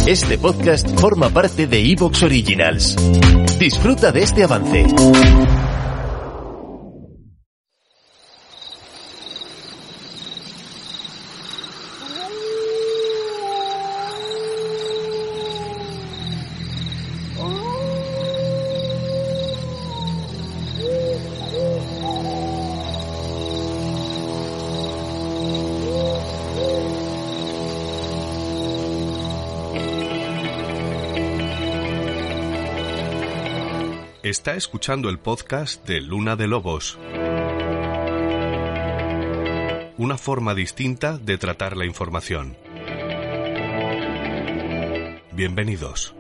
Este podcast forma parte de Evox Originals. Disfruta de este avance. Está escuchando el podcast de Luna de Lobos. Una forma distinta de tratar la información. Bienvenidos.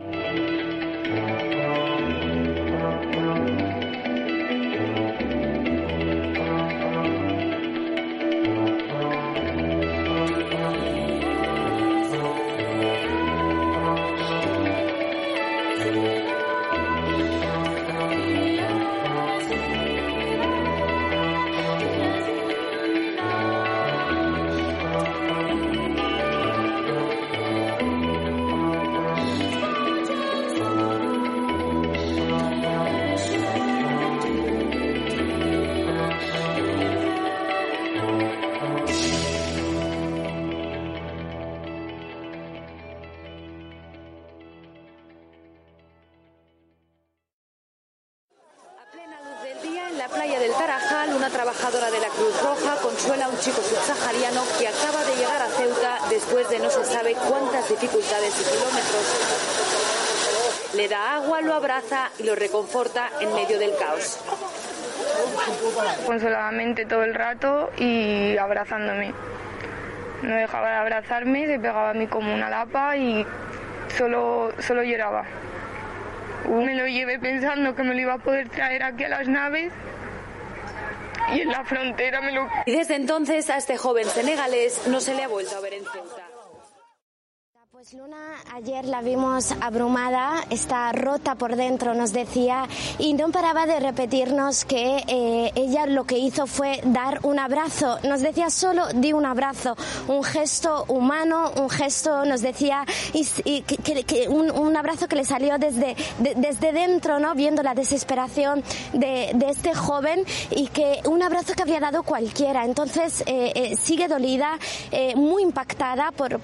En la playa del Tarajal, una trabajadora de la Cruz Roja consuela a un chico subsahariano que acaba de llegar a Ceuta después de no se sabe cuántas dificultades y kilómetros. Le da agua, lo abraza y lo reconforta en medio del caos. Consoladamente todo el rato y abrazándome. No dejaba de abrazarme, se pegaba a mí como una lapa y solo lloraba. Me lo llevé pensando que me lo iba a poder traer aquí a las naves y en la frontera me lo... Y desde entonces a este joven senegalés no se le ha vuelto a ver en Ceuta. Pues Luna, ayer la vimos abrumada, está rota por dentro, nos decía, y no paraba de repetirnos que ella lo que hizo fue dar un abrazo. Nos decía, solo di un abrazo, un gesto humano, un gesto, nos decía, un abrazo que le salió desde dentro, ¿no? Viendo la desesperación de este joven, y que un abrazo que habría dado cualquiera. Entonces sigue dolida, muy impactada por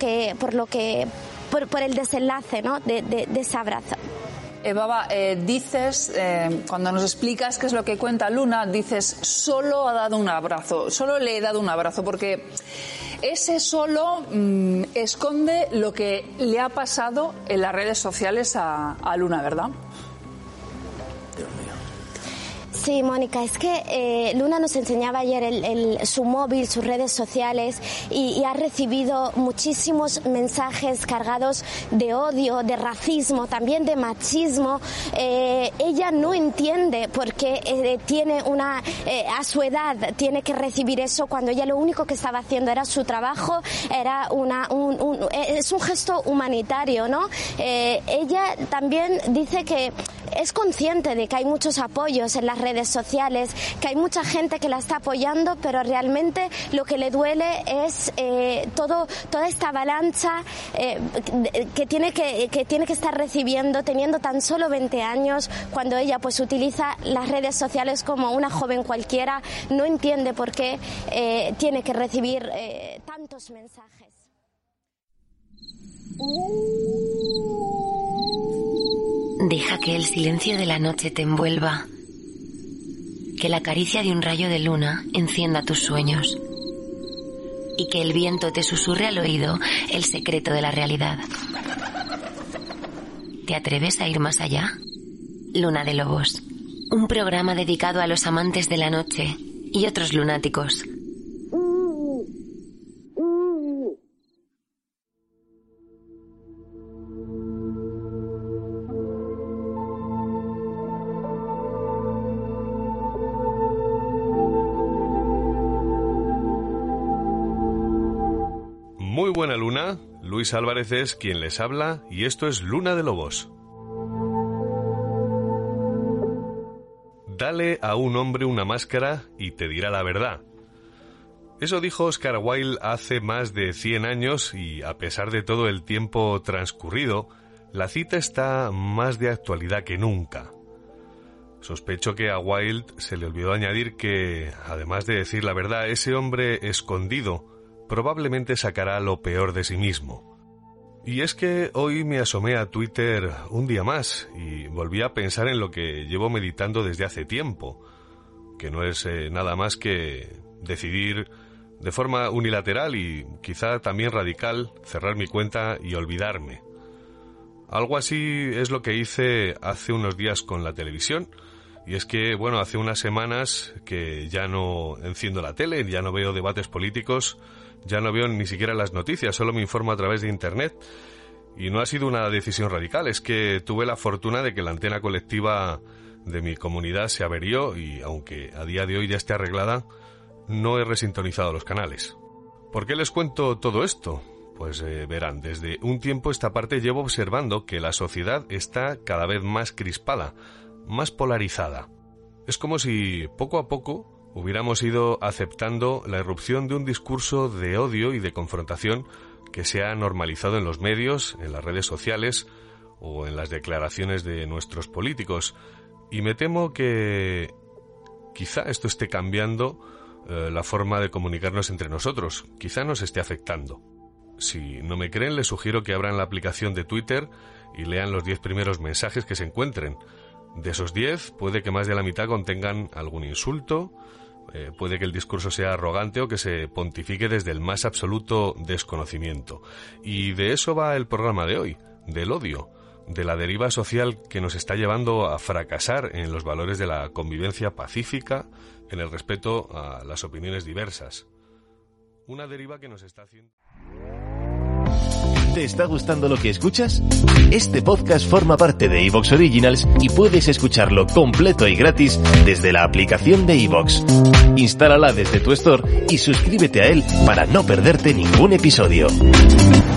el desenlace, ¿no? de ese abrazo. Baba, dices, cuando nos explicas qué es lo que cuenta Luna, dices, solo ha dado un abrazo, solo le he dado un abrazo, porque ese solo esconde lo que le ha pasado en las redes sociales a Luna, ¿verdad? Sí, Mónica, es que Luna nos enseñaba ayer su móvil, sus redes sociales, y ha recibido muchísimos mensajes cargados de odio, de racismo, también de machismo. Ella no entiende por qué tiene a su edad tiene que recibir eso, cuando ella lo único que estaba haciendo era su trabajo, era es un gesto humanitario, ¿no? Ella también dice que es consciente de que hay muchos apoyos en las redes sociales, que hay mucha gente que la está apoyando, pero realmente lo que le duele es toda esta avalancha que tiene que estar recibiendo, teniendo tan solo 20 años, cuando ella pues utiliza las redes sociales como una joven cualquiera. No entiende por qué tiene que recibir tantos mensajes. Deja que el silencio de la noche te envuelva, que la caricia de un rayo de luna encienda tus sueños y que el viento te susurre al oído el secreto de la realidad. ¿Te atreves a ir más allá? Luna de Lobos, un programa dedicado a los amantes de la noche y otros lunáticos. Muy buena luna, Luis Álvarez es quien les habla y esto es Luna de Lobos. Dale a un hombre una máscara y te dirá la verdad. Eso dijo Oscar Wilde hace más de 100 años y, a pesar de todo el tiempo transcurrido, la cita está más de actualidad que nunca. Sospecho que a Wilde se le olvidó añadir que, además de decir la verdad, ese hombre escondido probablemente sacará lo peor de sí mismo. Y es que hoy me asomé a Twitter un día más y volví a pensar en lo que llevo meditando desde hace tiempo, que no es nada más que decidir de forma unilateral y quizá también radical cerrar mi cuenta y olvidarme. Algo así es lo que hice hace unos días con la televisión, y es que, bueno, hace unas semanas que ya no enciendo la tele, ya no veo debates políticos, ya no veo ni siquiera las noticias, solo me informo a través de Internet. Y no ha sido una decisión radical, es que tuve la fortuna de que la antena colectiva de mi comunidad se averió y, aunque a día de hoy ya esté arreglada, no he resintonizado los canales. ¿Por qué les cuento todo esto? Pues verán, desde un tiempo esta parte llevo observando que la sociedad está cada vez más crispada, más polarizada. Es como si poco a poco hubiéramos ido aceptando la irrupción de un discurso de odio y de confrontación que se ha normalizado en los medios, en las redes sociales o en las declaraciones de nuestros políticos. Y me temo que quizá esto esté cambiando la forma de comunicarnos entre nosotros, quizá nos esté afectando. Si no me creen, les sugiero que abran la aplicación de Twitter y lean los 10 primeros mensajes que se encuentren. De esos 10, puede que más de la mitad contengan algún insulto, puede que el discurso sea arrogante o que se pontifique desde el más absoluto desconocimiento. Y de eso va el programa de hoy, del odio, de la deriva social que nos está llevando a fracasar en los valores de la convivencia pacífica, en el respeto a las opiniones diversas. Una deriva que nos está haciendo... ¿Te está gustando lo que escuchas? Este podcast forma parte de iVoox Originals y puedes escucharlo completo y gratis desde la aplicación de iVoox. Instálala desde tu store y suscríbete a él para no perderte ningún episodio.